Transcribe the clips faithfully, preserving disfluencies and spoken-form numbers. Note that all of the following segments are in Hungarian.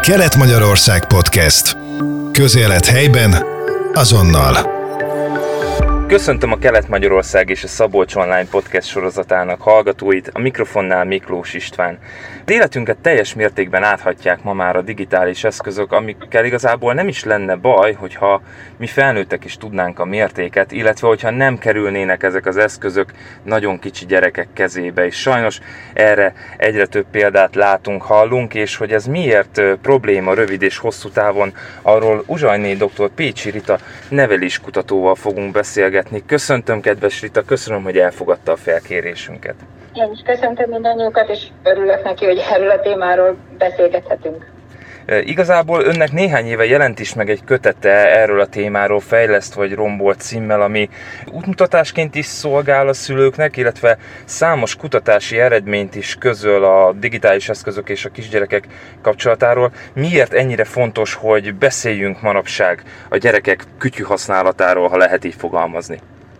Kelet-Magyarország Podcast. Közélet helyben, azonnal. Köszöntöm a Kelet-Magyarország és a Szabolcs Online Podcast sorozatának hallgatóit, a mikrofonnál Miklós István. Életünket teljes mértékben áthatják ma már a digitális eszközök, amikkel igazából nem is lenne baj, hogyha mi felnőttek is tudnánk a mértéket, illetve hogyha nem kerülnének ezek az eszközök nagyon kicsi gyerekek kezébe. És sajnos erre egyre több példát látunk, hallunk, és hogy ez miért probléma rövid és hosszú távon, arról Uzsajné doktor Pécsi Rita neveléskutatóval fogunk beszélgetni. Köszöntöm, kedves Rita, köszönöm, hogy elfogadta a felkérésünket. Én is köszöntöm mindannyiukat, és örülök neki, hogy erről a témáról beszélgethetünk. Igazából önnek néhány éve jelent is meg egy kötete erről a témáról, Fejleszt vagy rombolt címmel, ami útmutatásként is szolgál a szülőknek, illetve számos kutatási eredményt is közöl a digitális eszközök és a kisgyerekek kapcsolatáról. Miért ennyire fontos, hogy beszéljünk manapság a gyerekek kütyű használatáról, ha lehet így fogalmazni?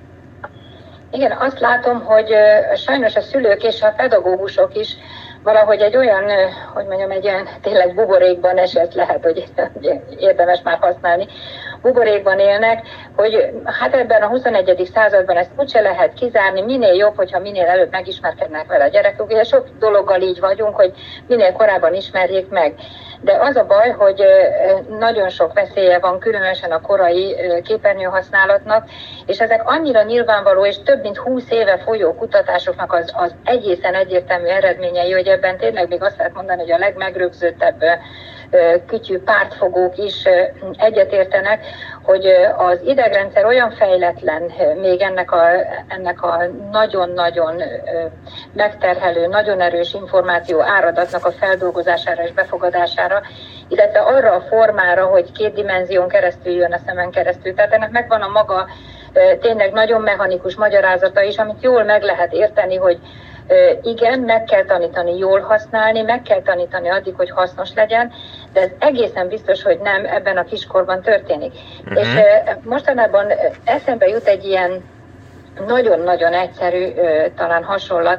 Igen, azt látom, hogy sajnos a szülők és a pedagógusok is valahogy egy olyan, hogy mondjam, egy olyan tényleg buborékban esett, lehet, hogy érdemes már használni, buborékban élnek, hogy hát ebben a huszonegyedik században ezt úgyse lehet kizárni, minél jobb, hogyha minél előbb megismerkednek vele a gyerekek. Ugye sok dologgal így vagyunk, hogy minél korábban ismerjék meg. De az a baj, hogy nagyon sok veszélye van, különösen a korai képernyőhasználatnak, és ezek annyira nyilvánvaló, és több mint húsz éve folyó kutatásoknak az, az egészen egyértelmű eredményei, hogy ebben tényleg még azt lehet mondani, hogy a legmegrögzöttebb kütyű pártfogók is egyetértenek, hogy az idegrendszer olyan fejletlen még ennek a, ennek a nagyon-nagyon megterhelő, nagyon erős információ áradatnak a feldolgozására és befogadására, illetve arra a formára, hogy két dimenzión keresztül jön a szemen keresztül. Tehát ennek megvan a maga tényleg nagyon mechanikus magyarázata is, amit jól meg lehet érteni, hogy igen, meg kell tanítani jól használni, meg kell tanítani addig, hogy hasznos legyen, de ez egészen biztos, hogy nem ebben a kiskorban történik. Uh-huh. És mostanában eszembe jut egy ilyen nagyon-nagyon egyszerű, talán hasonlat,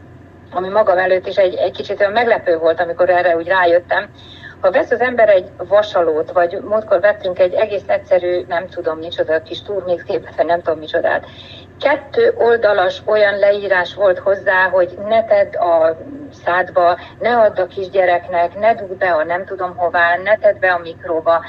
ami magam előtt is egy, egy kicsit olyan meglepő volt, amikor erre úgy rájöttem. Ha vesz az ember egy vasalót, vagy múltkor vettünk egy egész egyszerű, nem tudom micsoda, kis turmixgépet, vagy nem tudom micsodát, kettő oldalas olyan leírás volt hozzá, hogy ne tedd a szádba, ne add a kisgyereknek, ne dugd be a nem tudom hová, ne tedd be a mikróba,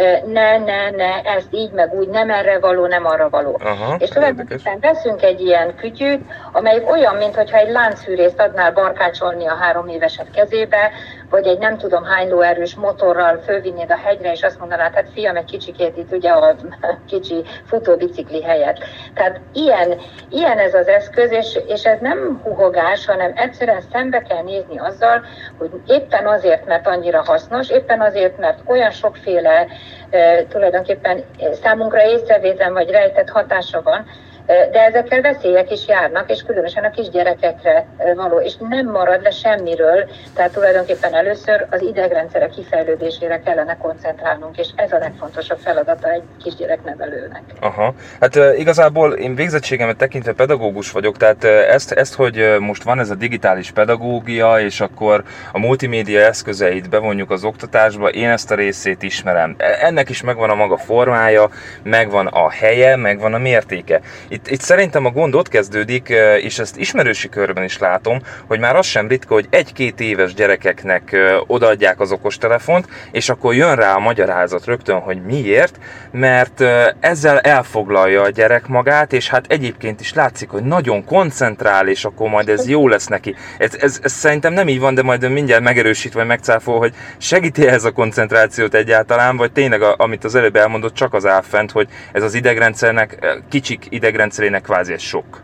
ne, ne, ne, ezt így meg úgy, nem erre való, nem arra való. Aha, és tulajdonképpen veszünk egy ilyen kütyűt, amelyik olyan, mintha egy láncfűrészt adnál barkácsolni a három éveset kezébe, vagy egy nem tudom hány lóerős motorral fölvinnéd a hegyre, és azt mondanád, hát fiam, egy kicsikét itt ugye a kicsi futóbicikli helyett. Tehát ilyen, ilyen ez az eszköz, és, és ez nem huhogás, hanem egyszerűen szembe kell nézni azzal, hogy éppen azért, mert annyira hasznos, éppen azért, mert olyan sokféle e, tulajdonképpen számunkra észrevétlen vagy rejtett hatása van, de ezekkel veszélyek is járnak, és különösen a kisgyerekekre való, és nem marad le semmiről, tehát tulajdonképpen először az idegrendszere kifejlődésére kellene koncentrálnunk, és ez a legfontosabb feladata egy kisgyereknevelőnek. Aha, hát igazából én végzettségemet tekintve pedagógus vagyok, tehát ezt, ezt, hogy most van ez a digitális pedagógia, és akkor a multimédia eszközeit bevonjuk az oktatásba, én ezt a részét ismerem. Ennek is megvan a maga formája, megvan a helye, megvan a mértéke. Itt, itt szerintem a gond ott kezdődik, és ezt ismerősi körben is látom, hogy már az sem ritka, hogy egy-két éves gyerekeknek odaadják az okostelefont, és akkor jön rá a magyarázat rögtön, hogy miért, mert ezzel elfoglalja a gyerek magát, és hát egyébként is látszik, hogy nagyon koncentrál, és akkor majd ez jó lesz neki. Ez, ez, ez szerintem nem így van, de majd mindjárt megerősít, vagy megcáfol, hogy segíti ez a koncentrációt egyáltalán, vagy tényleg, amit az előbb elmondott, csak az áll fent, hogy ez az idegrendszernek, kicsik idegrendszerének kvázi egy sok.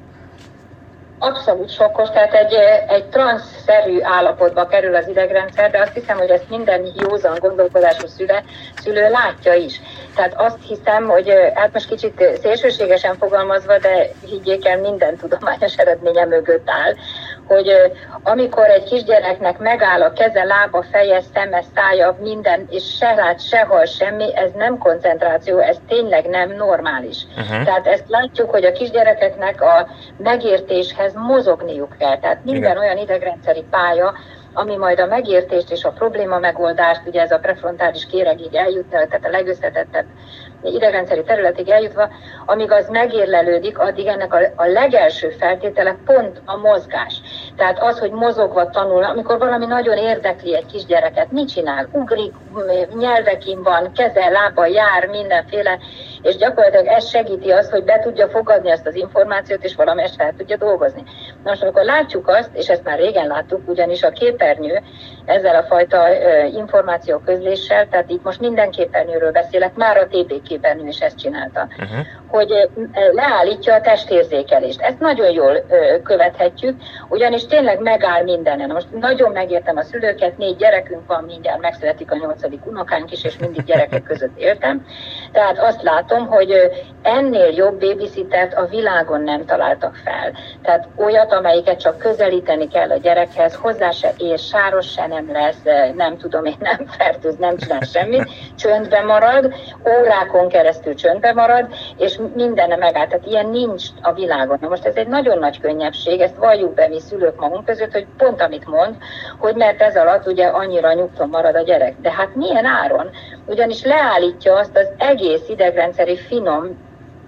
Abszolút sokkos, tehát egy, egy transzszerű állapotba kerül az idegrendszer, de azt hiszem, hogy ezt minden józan gondolkodású szüle, szülő látja is. Tehát azt hiszem, hogy hát most kicsit szélsőségesen fogalmazva, de higgyék el, minden tudományos eredménye mögött áll, hogy amikor egy kisgyereknek megáll a keze, lába, feje, szeme, szája, minden, és se lát, se hall semmi, ez nem koncentráció, ez tényleg nem normális. Uh-huh. Tehát ezt látjuk, hogy a kisgyerekeknek a megértéshez mozogniuk kell. Tehát minden Igen. olyan idegrendszeri pálya, ami majd a megértést és a probléma megoldást, ugye ez a prefrontális kéregig eljut, tehát a legösszetettebb idegrendszeri területig eljutva, amíg az megérlelődik, addig ennek a, a legelső feltétele pont a mozgás. Tehát az, hogy mozogva tanul, amikor valami nagyon érdekli egy kisgyereket, mit csinál? Ugrik, nyelvekin van, keze, lába, jár, mindenféle, és gyakorlatilag ez segíti azt, hogy be tudja fogadni azt az információt, és valamelyest fel tudja dolgozni. Na most, amikor látjuk azt, és ezt már régen láttuk, ugyanis a képernyő ezzel a fajta uh, információ közléssel, tehát itt most minden képernyőről beszélek, már a té pé képernyő is ezt csinálta, uh-huh. hogy uh, leállítja a testérzékelést. Ezt nagyon jól uh, követhetjük, ugyanis tényleg megáll mindenen. Most nagyon megértem a szülőket, négy gyerekünk van, mindjárt megszületik a nyolcadik unokánk is, és mindig gyerekek között éltem. Tehát azt látom, hogy ennél jobb babysittert a világon nem találtak fel. Tehát olyat, amelyiket csak közelíteni kell a gyerekhez, hozzá se ér, sáros se nem lesz, nem tudom én, nem fertőz, nem csinál semmit, csöndben marad, órákon keresztül csöndben marad, és mindenne megáll. Tehát ilyen nincs a világon. Na most ez egy nagyon nagy könnyebbség, ezt valljuk be mi szülők magunk között, hogy pont amit mond, hogy mert ez alatt ugye annyira nyugton marad a gyerek. De hát milyen áron? Ugyanis leállítja azt az egész idegrendszeri finom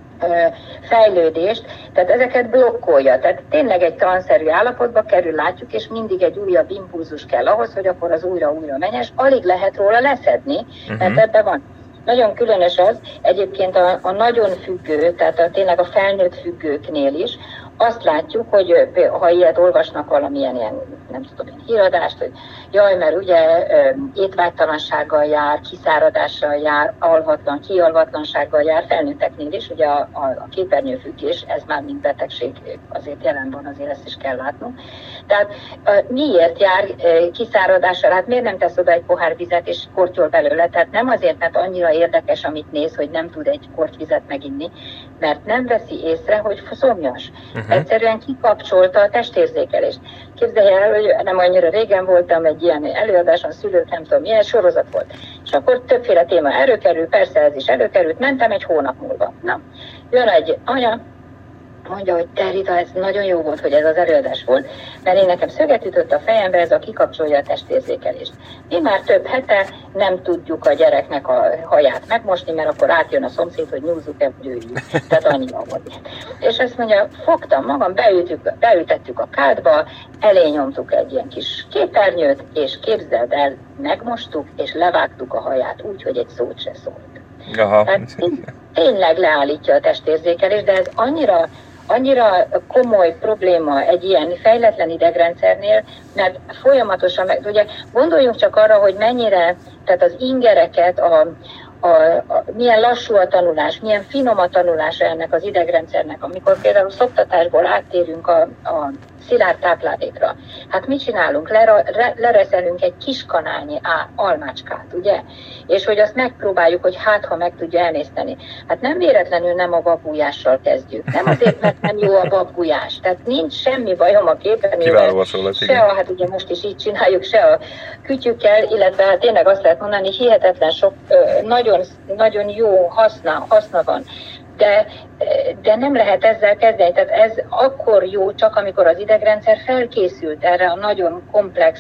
fejlődést, tehát ezeket blokkolja. Tehát tényleg egy transzerű állapotba kerül, látjuk, és mindig egy újabb impulzus kell ahhoz, hogy akkor az újra-újra menjes. Alig lehet róla leszedni, uh-huh. mert ebben van. Nagyon különös az, egyébként a, a nagyon függő, tehát a, tényleg a felnőtt függőknél is, azt látjuk, hogy ha ilyet olvasnak valamilyen ilyen, nem tudom én, híradást, hogy jaj, mert ugye étvágytalansággal jár, kiszáradással jár, alvatlan, kialvatlansággal jár, felnőtteknél is, ugye a, a, a képernyőfüggés, ez már mint betegség azért jelen van, azért ezt is kell látnunk. Tehát miért jár kiszáradással? Hát miért nem tesz oda egy pohár vizet és kortyol belőle? Tehát nem azért, mert annyira érdekes, amit néz, hogy nem tud egy kortyvizet meginni, mert nem veszi észre, hogy szomjas. Uh-huh. Egyszerűen kikapcsolta a testérzékelést. Képzelj el, hogy nem annyira régen voltam egy ilyen előadáson, szülők, nem tudom, milyen sorozat volt. És akkor többféle téma előkerül, persze ez is előkerült, mentem egy hónap múlva. Na, jön egy anya, mondja, hogy te Rita, ez nagyon jó volt, hogy ez az előadás volt, mert én nekem szöget ütött a fejembe, ez a kikapcsolja a testérzékelést. Mi már több hete nem tudjuk a gyereknek a haját megmosni, mert akkor átjön a szomszéd, hogy nyúzzuk-e, vagy őjük. Tehát annyira volt. És azt mondja, fogtam magam, beütjük, beültettük a kádba, elé nyomtuk egy ilyen kis képernyőt, és képzeld el, megmostuk, és levágtuk a haját úgy, hogy egy szót se szólt. Aha. Tehát tényleg leállítja a testérzékelést, de ez annyira annyira komoly probléma egy ilyen fejletlen idegrendszernél, mert folyamatosan, meg, ugye gondoljunk csak arra, hogy mennyire, tehát az ingereket, a, a, a, milyen lassú a tanulás, milyen finom a tanulás ennek az idegrendszernek, amikor például szoktatásból áttérünk a, a szilárd táplálékra. Hát mit csinálunk? Lera, re, lereszelünk egy kis kanálnyi á, almácskát, ugye? És hogy azt megpróbáljuk, hogy hát, ha meg tudja emészteni. Hát nem véletlenül nem a babgulyással kezdjük. Nem azért, mert nem jó a babgulyás. Tehát nincs semmi bajom a képernyővel. Se a, hát ugye most is így csináljuk, se a kütyükkel, illetve hát tényleg azt lehet mondani, hihetetlen sok, nagyon, nagyon jó haszna, haszna van. De, de nem lehet ezzel kezdeni. Tehát ez akkor jó, csak amikor az idegrendszer felkészült erre a nagyon komplex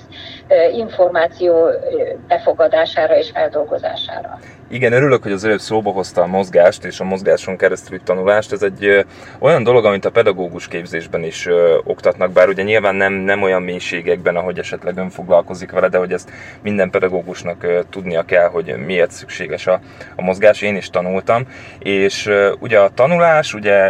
információ befogadására és feldolgozására. Igen, örülök, hogy az előbb szóba hozta a mozgást és a mozgáson keresztüli tanulást. Ez egy ö, olyan dolog, amit a pedagógus képzésben is ö, oktatnak, bár ugye nyilván nem, nem olyan mélységekben, ahogy esetleg ön foglalkozik vele, de hogy ezt minden pedagógusnak ö, tudnia kell, hogy miért szükséges a, a mozgás. Én is tanultam, és ö, ugye a tanulás, ugye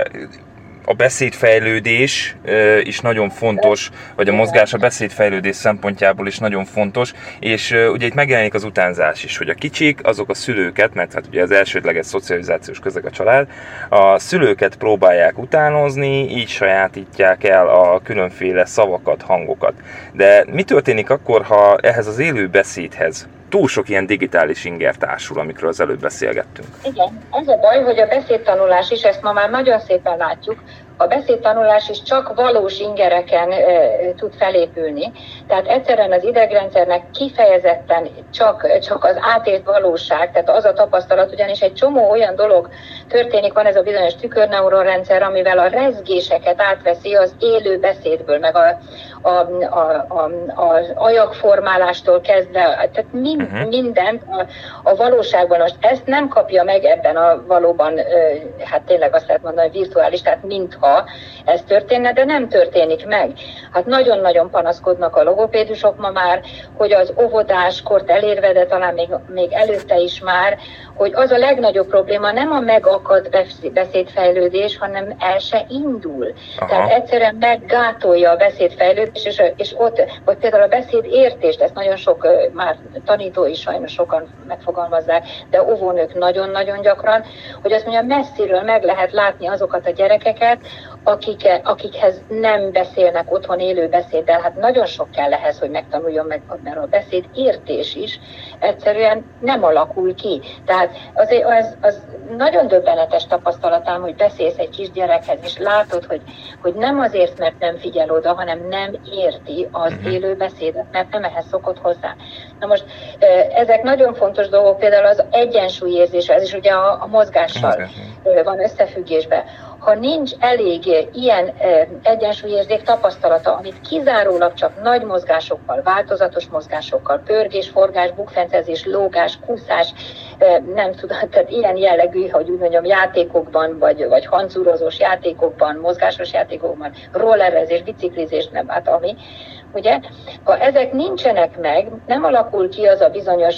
a beszédfejlődés is nagyon fontos, vagy a mozgás a beszédfejlődés szempontjából is nagyon fontos, és ugye itt megjelenik az utánzás is, hogy a kicsik, azok a szülőket, mert hát ugye az elsődleges szocializációs közeg a család, a szülőket próbálják utánozni, így sajátítják el a különféle szavakat, hangokat. De mi történik akkor, ha ehhez az élő beszédhez túl sok ilyen digitális inger társul, amikről az előbb beszélgettünk? Igen, az a baj, hogy a beszédtanulás is, ezt ma már nagyon szépen látjuk, a beszédtanulás is csak valós ingereken e, tud felépülni. Tehát egyszerűen az idegrendszernek kifejezetten csak, csak az átélt valóság, tehát az a tapasztalat, ugyanis egy csomó olyan dolog történik, van ez a bizonyos tükörneuronrendszer, amivel a rezgéseket átveszi az élő beszédből, meg a, a, a, a, az ajakformálástól kezdve, tehát mind, uh-huh. mindent a, a valóságban. Most ezt nem kapja meg ebben a valóban, hát tényleg azt lehet mondani, virtuális, tehát mintha ez történne, de nem történik meg. Hát nagyon-nagyon panaszkodnak a logopédusok ma már, hogy az óvodáskort elérve, de talán még, még előtte is már, hogy az a legnagyobb probléma nem a megakadt beszédfejlődés, hanem el se indul. Aha. Tehát egyszerűen meggátolja a beszédfejlődést, és, és ott, vagy például a beszédértést, ezt nagyon sok, már tanító is sajnos sokan megfogalmazzák, de óvónők nagyon-nagyon gyakran, hogy azt mondja, messziről meg lehet látni azokat a gyerekeket, akik, akikhez nem beszélnek otthon élő beszéddel. Hát nagyon sok kell ehhez, hogy megtanuljon meg, mert a beszédértés is egyszerűen nem alakul ki. Tehát az, az, az nagyon döbbenetes tapasztalatám, hogy beszélsz egy kisgyerekhez, és látod, hogy, hogy nem azért, mert nem figyel oda, hanem nem érti az élő beszédet, mert nem ehhez szokott hozzá. Na most ezek nagyon fontos dolgok, például az egyensúlyérzés, ez is ugye a, a mozgással van összefüggésben. Ha nincs elég ilyen egyensúlyérzék tapasztalata, amit kizárólag csak nagy mozgásokkal, változatos mozgásokkal, pörgés, forgás, bukfencezés, lógás, kúszás, nem tudom, tehát ilyen jellegű, hogy úgy mondjam, játékokban, vagy, vagy hancúrozós játékokban, mozgásos játékokban, rollerezés, biciklizés, nem, hát ami, ugye, ha ezek nincsenek meg, nem alakul ki az a bizonyos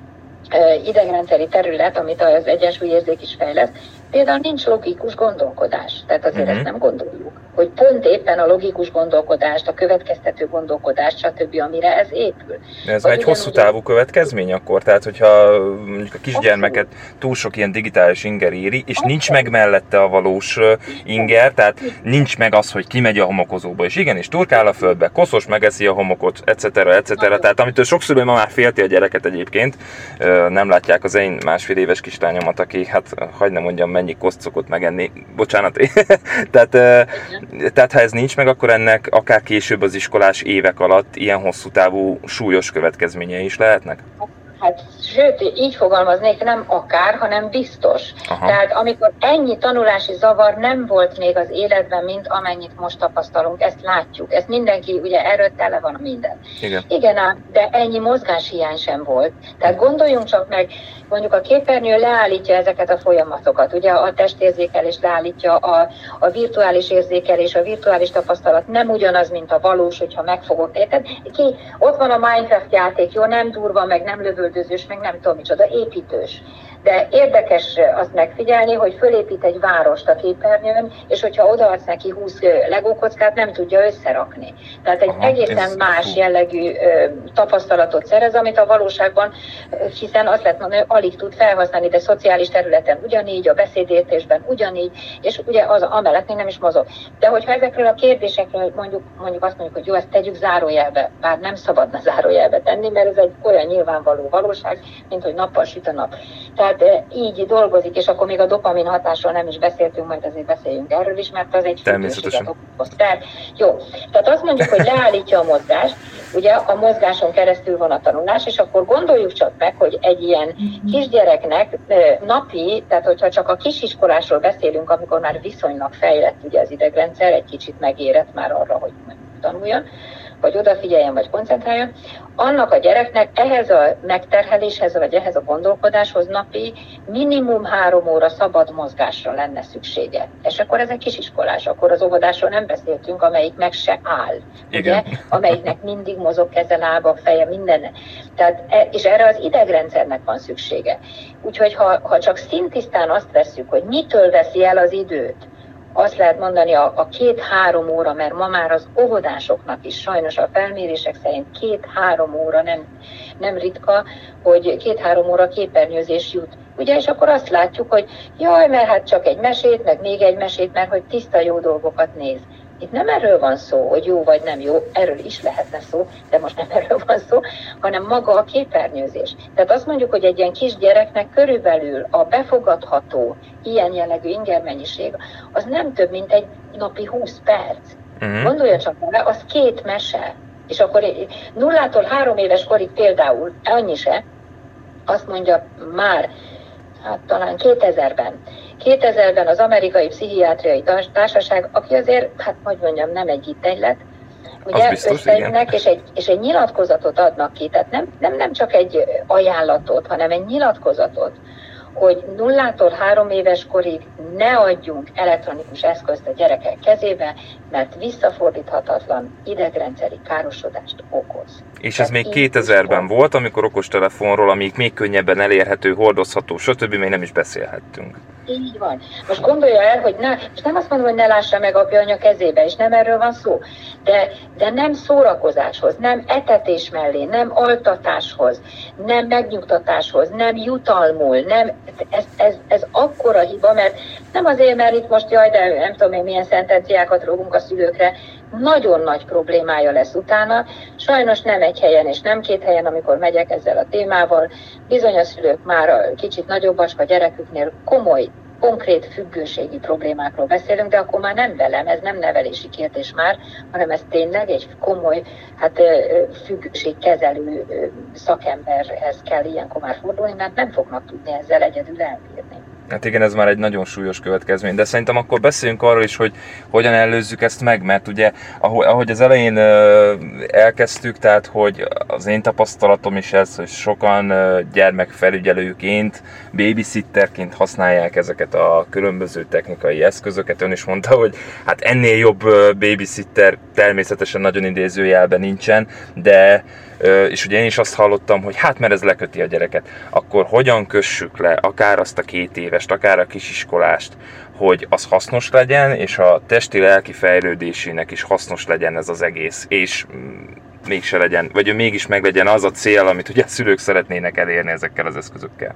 idegrendszeri terület, amit az egyensúlyérzék is fejleszt, például nincs logikus gondolkodás. Tehát azért uh-huh. ezt nem gondoljuk, hogy pont éppen a logikus gondolkodást, a következtető gondolkodást, stb., amire ez épül. De ez egy hosszú távú következmény akkor? Tehát, hogyha mondjuk a kisgyermeket túl sok ilyen digitális inger éri, és nincs meg mellette a valós inger, tehát nincs meg az, hogy kimegy a homokozóba, és igenis turkál a földbe, koszos, megeszi a homokot, et cetera, et cetera. Tehát amitől sok szülő ma már félti a gyereket egyébként, nem látják az én másfél éves kislányomat, aki, hát hagyd ne mondjam, mennyi koszt szokott megenni, bocsánat. tehát, tehát ha ez nincs meg, akkor ennek akár később az iskolás évek alatt ilyen hosszú távú súlyos következményei is lehetnek? Hát, sőt, így fogalmaznék, nem akár, hanem biztos. Aha. Tehát amikor ennyi tanulási zavar nem volt még az életben, mint amennyit most tapasztalunk, ezt látjuk. Ezt mindenki, ugye erről tele van a minden. Igen. Igen ám, de ennyi mozgáshiány sem volt. Tehát gondoljunk csak meg, mondjuk a képernyő leállítja ezeket a folyamatokat. Ugye a testérzékelés leállítja, a, a virtuális érzékelés, a virtuális tapasztalat nem ugyanaz, mint a valós, hogyha megfogod. Érted? Ki, ott van a Minecraft játék, jó, nem durva, meg nem lövöldözős, meg nem tudom micsoda, építős. De érdekes azt megfigyelni, hogy fölépít egy várost a képernyőn, és hogyha odaadsz neki húsz legókockát, nem tudja összerakni. Tehát egy Aha, egészen más jellegű ö, tapasztalatot szerez, amit a valóságban, hiszen azt lehet mondani, hogy alig tud felhasználni, de szociális területen ugyanígy, a beszédértésben ugyanígy, és ugye az amellett még nem is mozog. De hogyha ezekről a kérdésekről mondjuk, mondjuk azt mondjuk, hogy jó, ezt tegyük zárójelbe, bár nem szabadna zárójelbe tenni, mert ez egy olyan nyilvánvaló valóság, mint hogy nappal süt a nap. Tehát így dolgozik, és akkor még a dopamin hatásról nem is beszéltünk, majd azért beszéljünk erről is, mert az egy függőséget okoz. Tehát, jó, tehát azt mondjuk, hogy leállítja a mozgást, ugye a mozgáson keresztül van a tanulás, és akkor gondoljuk csak meg, hogy egy ilyen kisgyereknek napi, tehát hogyha csak a kisiskolásról beszélünk, amikor már viszonylag fejlett ugye az idegrendszer, egy kicsit megérett már arra, hogy tanuljon, vagy odafigyeljen, vagy koncentráljon, annak a gyereknek ehhez a megterheléshez, vagy ehhez a gondolkodáshoz napi minimum három óra szabad mozgásra lenne szüksége. És akkor ez egy kisiskolás, akkor az óvodásról nem beszéltünk, amelyik meg se áll, ugye? Amelyiknek mindig mozog keze, lába, feje, minden. Tehát, és erre az idegrendszernek van szüksége. Úgyhogy ha, ha csak szintisztán azt vesszük, hogy mitől veszi el az időt, azt lehet mondani a, a két-három óra, mert ma már az óvodásoknak is sajnos a felmérések szerint két-három óra nem, nem ritka, hogy két-három óra képernyőzés jut. Ugye, és akkor azt látjuk, hogy jaj, mert hát csak egy mesét, meg még egy mesét, mert hogy tiszta jó dolgokat néz. Itt nem erről van szó, hogy jó vagy nem jó, erről is lehetne szó, de most nem erről van szó, hanem maga a képernyőzés. Tehát azt mondjuk, hogy egy ilyen kisgyereknek körülbelül a befogadható ilyen jellegű ingermennyiség az nem több, mint egy napi húsz perc. Uh-huh. Gondolja csak bele, az két mese. És akkor nullától három éves korig például annyi se, azt mondja már, hát talán kétezerben, kétezerben az Amerikai Pszichiátriai Társaság, aki azért, hát hogy mondjam, nem egy hittegylet, ugye összeülnek, és egy, és egy nyilatkozatot adnak ki, tehát nem, nem, nem csak egy ajánlatot, hanem egy nyilatkozatot, hogy nullától három éves korig ne adjunk elektronikus eszközt a gyerekek kezébe, mert visszafordíthatatlan idegrendszeri károsodást okoz. És ez Tehát még kétezerben volt, amikor okostelefonról, amíg még könnyebben elérhető, hordozható, stb. Még nem is beszélhettünk. Így van. Most gondolja el, hogy ne, és nem azt mondom, hogy ne lássa meg apja anya kezébe, és nem erről van szó, de, de nem szórakozáshoz, nem etetés mellé, nem altatáshoz, nem megnyugtatáshoz, nem jutalmul, nem, ez, ez, ez akkora hiba, mert nem azért, mert itt most jaj, de nem tudom én milyen szentenciákat rógunk a szülőkre, nagyon nagy problémája lesz utána. Sajnos nem egy helyen és nem két helyen, amikor megyek ezzel a témával, bizony a szülők már a kicsit nagyobbak a gyereküknél komoly, konkrét függőségi problémákról beszélünk, de akkor már nem velem, ez nem nevelési kérdés már, hanem ez tényleg egy komoly hát, függőségkezelő szakemberhez kell ilyenkor már fordulni, mert nem fognak tudni ezzel egyedül elbírni. Hát igen, ez már egy nagyon súlyos következmény, de szerintem akkor beszéljünk arról is, hogy hogyan előzzük ezt meg, mert ugye, ahogy az elején elkezdtük, tehát hogy az én tapasztalatom is ez, hogy sokan gyermekfelügyelőként, babysitterként használják ezeket a különböző technikai eszközöket. Ön is mondta, hogy hát ennél jobb babysitter természetesen nagyon idézőjelben nincsen, de és ugye én is azt hallottam, hogy hát mert ez leköti a gyereket, akkor hogyan kössük le akár azt a két évest, akár a kisiskolást, hogy az hasznos legyen, és a testi-lelki fejlődésének is hasznos legyen ez az egész, és mégse legyen, vagy mégis meglegyen az a cél, amit ugye a szülők szeretnének elérni ezekkel az eszközökkel.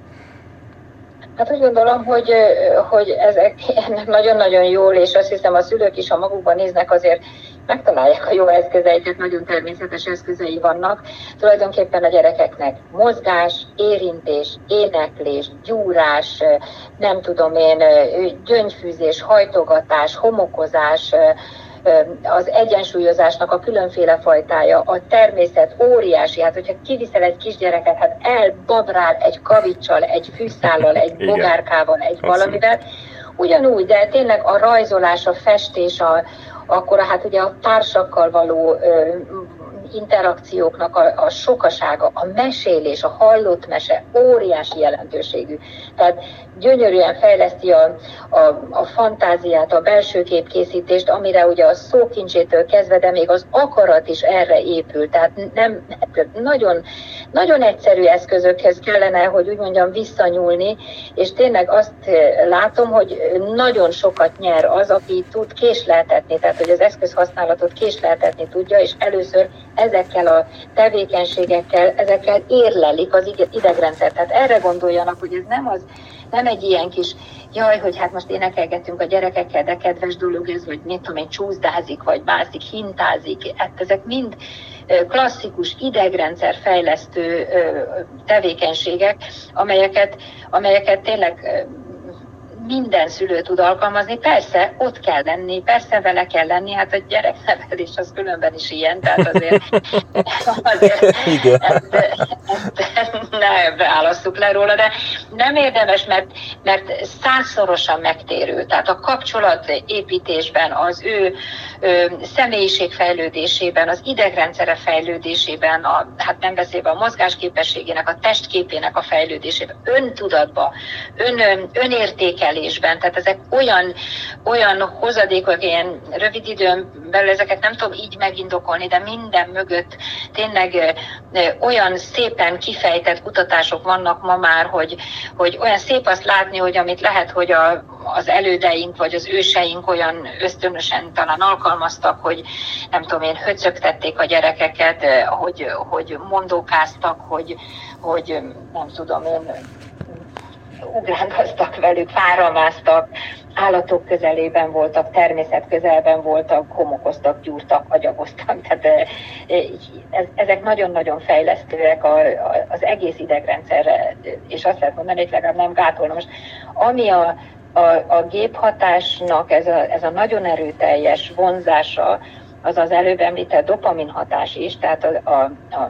Hát úgy gondolom, hogy, hogy ezek ennek nagyon-nagyon jól, és azt hiszem a szülők is, ha magukban néznek, azért megtalálják a jó eszközeiket, nagyon természetes eszközei vannak. Tulajdonképpen a gyerekeknek mozgás, érintés, éneklés, gyúrás, nem tudom én, gyöngyfűzés, hajtogatás, homokozás, az egyensúlyozásnak a különféle fajtája, a természet óriási, hát hogyha kiviszel egy kisgyereket, hát elbabrál egy kavicsal, egy fűszállal, egy bogárkával, egy valamivel, ugyanúgy, de tényleg a rajzolás, a festés, a, akkor hát ugye a társakkal való ö, interakcióknak a, a sokasága, a mesélés, a hallott mese óriási jelentőségű. Tehát gyönyörűen fejleszti a, a, a fantáziát, a belső képkészítést, amire ugye a szókincsétől kezdve, de még az akarat is erre épül. Tehát nem, nagyon, nagyon egyszerű eszközökhez kellene, hogy úgy mondjam, visszanyúlni, és tényleg azt látom, hogy nagyon sokat nyer az, aki tud késleltetni, tehát hogy az eszközhasználatot késleltetni tudja, és először ezekkel a tevékenységekkel, ezekkel érlelik az idegrendszer. Tehát erre gondoljanak, hogy ez nem az, nem egy ilyen kis, jaj, hogy hát most énekelgetünk a gyerekekkel, de kedves dolog ez, hogy mit tudom én, csúszdázik, vagy mászik, hintázik. Hát ezek mind klasszikus idegrendszer fejlesztő tevékenységek, amelyeket, amelyeket tényleg minden szülő tud alkalmazni, persze ott kell lenni, persze vele kell lenni, hát a gyereknevelés az különben is ilyen, tehát azért, azért ezt, ezt ne válasszuk le róla, de nem érdemes, mert, mert százszorosan megtérő, tehát a kapcsolatépítésben, az ő, ő személyiségfejlődésében, az idegrendszere fejlődésében, a, hát nem beszélve a mozgásképességének, a testképének a fejlődésében, öntudatba, ön, önértékelésben, tehát ezek olyan, olyan hozadékok, ilyen rövid időn belül ezeket nem tudom így megindokolni, de minden mögött tényleg olyan szépen kifejtett kutatások vannak ma már, hogy, hogy olyan szép azt látni, hogy amit lehet, hogy a, az elődeink vagy az őseink olyan ösztönösen talán alkalmaztak, hogy nem tudom én, höcögtették a gyerekeket, hogy, hogy mondókáztak, hogy, hogy nem tudom én, ugrándoztak velük, fáramáztak, állatok közelében voltak, természet közelben voltak, homokoztak, gyúrtak, agyagoztak. Tehát ezek nagyon-nagyon fejlesztőek az egész idegrendszerre, és azt lehet mondani, hogy legalább nem gátolna. Most ami a, a, a géphatásnak ez a, ez a nagyon erőteljes vonzása, az az előbb említett dopamin hatás is, tehát a, a, a,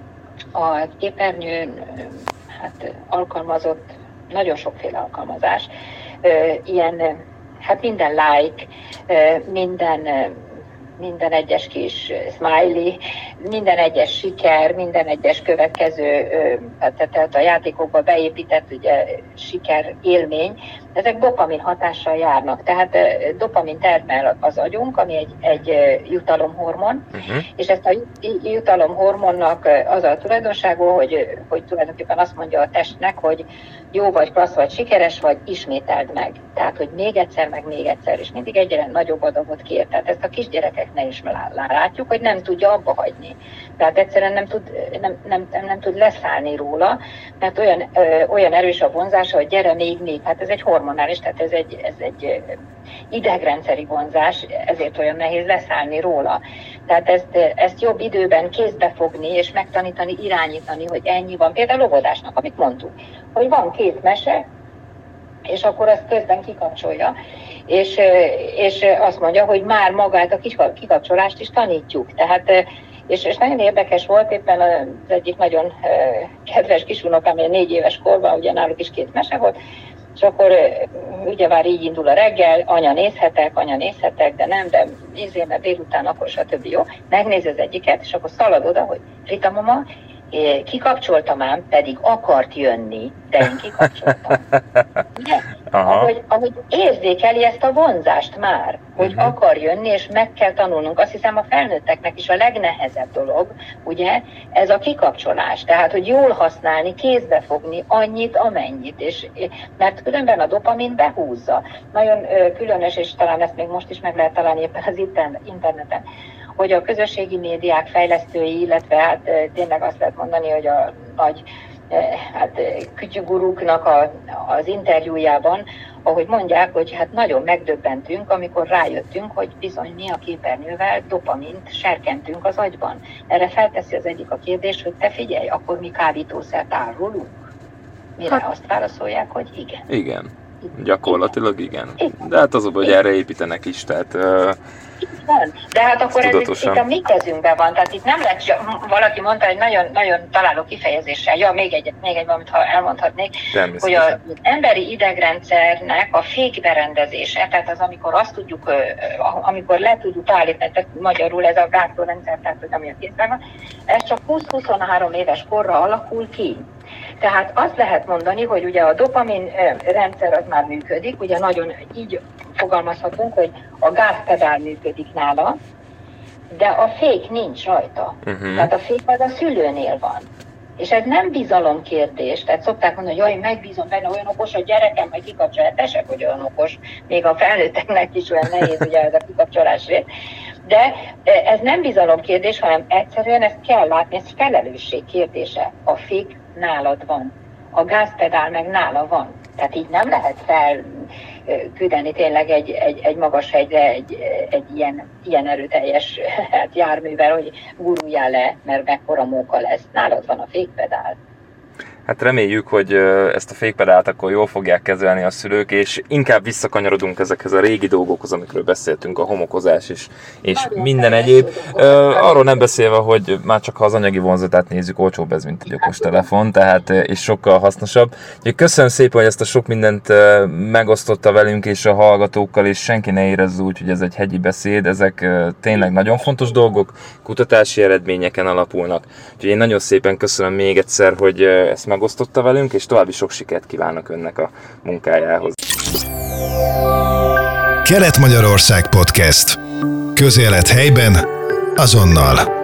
a képernyőn hát, alkalmazott nagyon sokféle alkalmazás, ilyen, hát minden like, minden, minden egyes kis smiley, minden egyes siker, minden egyes következő, tehát a játékokba beépített ugye, siker élmény, ezek dopamin hatással járnak. Tehát dopamin termel az agyunk, ami egy, egy jutalomhormon, uh-huh. és ezt a jutalomhormonnak az a tulajdonsága, hogy, hogy tulajdonképpen azt mondja a testnek, hogy jó vagy, klassz vagy, sikeres vagy, ismételd meg. Tehát, hogy még egyszer, meg még egyszer, és mindig egyre nagyobb adagot kér. Tehát ezt a kisgyerekeknél is látjuk, hogy nem tudja abba hagyni. Tehát egyszerűen nem tud, nem, nem, nem, nem tud leszállni róla, mert olyan, ö, olyan erős a vonzása, hogy gyere még, még. Hát ez egy hormonális, tehát ez egy, ez egy idegrendszeri vonzás, ezért olyan nehéz leszállni róla. Tehát ezt, ezt jobb időben kézbe fogni, és megtanítani, irányítani, hogy ennyi van. Például a logodásnak, amit mondtuk, hogy van két mese, és akkor azt közben kikapcsolja, és, és azt mondja, hogy már magát a kikapcsolást is tanítjuk. Tehát, és, és nagyon érdekes volt, éppen az egyik nagyon kedves kisunokám, ami négy éves korban, ugye náluk is két mese volt, és akkor ugye már így indul a reggel, anya nézhetek, anya nézhetek, de nem, de nézzél, mert délután akkor stb. Jó. Megnézi az egyiket, és akkor szalad oda, hogy Rita mama, kikapcsoltam ám, pedig akart jönni, de én kikapcsoltam. Ugye? Ahogy, ahogy érzékeli ezt a vonzást már, hogy uh-huh. akar jönni, és meg kell tanulnunk. Azt hiszem a felnőtteknek is a legnehezebb dolog, ugye, ez a kikapcsolás. Tehát, hogy jól használni, kézbe fogni annyit, amennyit. És, mert különben a dopamin behúzza. Nagyon ö, különös, és talán ezt még most is meg lehet találni éppen az interneten, hogy a közösségi médiák fejlesztői, illetve hát tényleg azt lehet mondani, hogy a nagy hát, kütyüguruknak a, az interjújában, ahogy mondják, hogy hát nagyon megdöbbentünk, amikor rájöttünk, hogy bizony mi a képernyővel dopamint serkentünk az agyban. Erre felteszi az egyik a kérdés, hogy te figyelj, akkor mi kábítószert árulunk? Mire hát, azt válaszolják, hogy igen. Igen, gyakorlatilag igen. igen. De hát az, hogy erre építenek is, tehát... Uh... Van. De hát akkor ez itt, itt a mi kezünkben van, tehát itt nem lehet, valaki mondta egy nagyon, nagyon találó kifejezéssel, ja, még egy, még egy valamit, ha elmondhatnék, hogy az emberi idegrendszernek a fékberendezése, tehát az, amikor azt tudjuk, amikor le tudjuk állítani, tehát magyarul ez a gátlórendszer, tehát ami a kézben van, ez csak húsz-huszonhárom éves korra alakul ki. Tehát azt lehet mondani, hogy ugye a dopamin rendszer az már működik, ugye nagyon így fogalmazhatunk, hogy a gázpedál működik nála, de a fék nincs rajta. Uh-huh. Tehát a fék az a szülőnél van. És ez nem bizalomkérdés, tehát szokták mondani, hogy jaj, megbízom benne, olyan okos a gyerekem, majd kikapcsolja, tesek, hogy olyan okos, még a felnőtteknek is olyan nehéz ugye ez a kikapcsolás rét. De ez nem bizalomkérdés, hanem egyszerűen ezt kell látni, ez felelősség kérdése. A fék nálad van, a gázpedál meg nála van. Tehát így nem lehet felküldeni tényleg egy, egy, egy magas hegyre egy, egy ilyen, ilyen erőteljes hát járművel, hogy guruljál le, mert mekkora móka lesz. Nálad van a fékpedál. Hát reméljük, hogy ezt a fékpedált akkor jól fogják kezelni a szülők, és inkább visszakanyarodunk ezekhez a régi dolgokhoz, amikről beszéltünk, a homokozás és, és minden egyéb. Uh, arról nem beszélve, hogy már csak ha az anyagi vonzatát nézzük, olcsóbb ez, mint egy okostelefon, tehát és sokkal hasznosabb. Úgyhogy köszönöm szépen, hogy ezt a sok mindent megosztotta velünk és a hallgatókkal, és senki ne érezze úgy, hogy ez egy hegyi beszéd. Ezek tényleg nagyon fontos dolgok, kutatási eredményeken alapulnak. Úgyhogy én nagyon szépen köszönöm még egyszer, hogy ezt megosztotta velünk, és további sok sikert kívánok önnek a munkájához. Kelet-Magyarország Podcast. Közélet helyben, azonnal.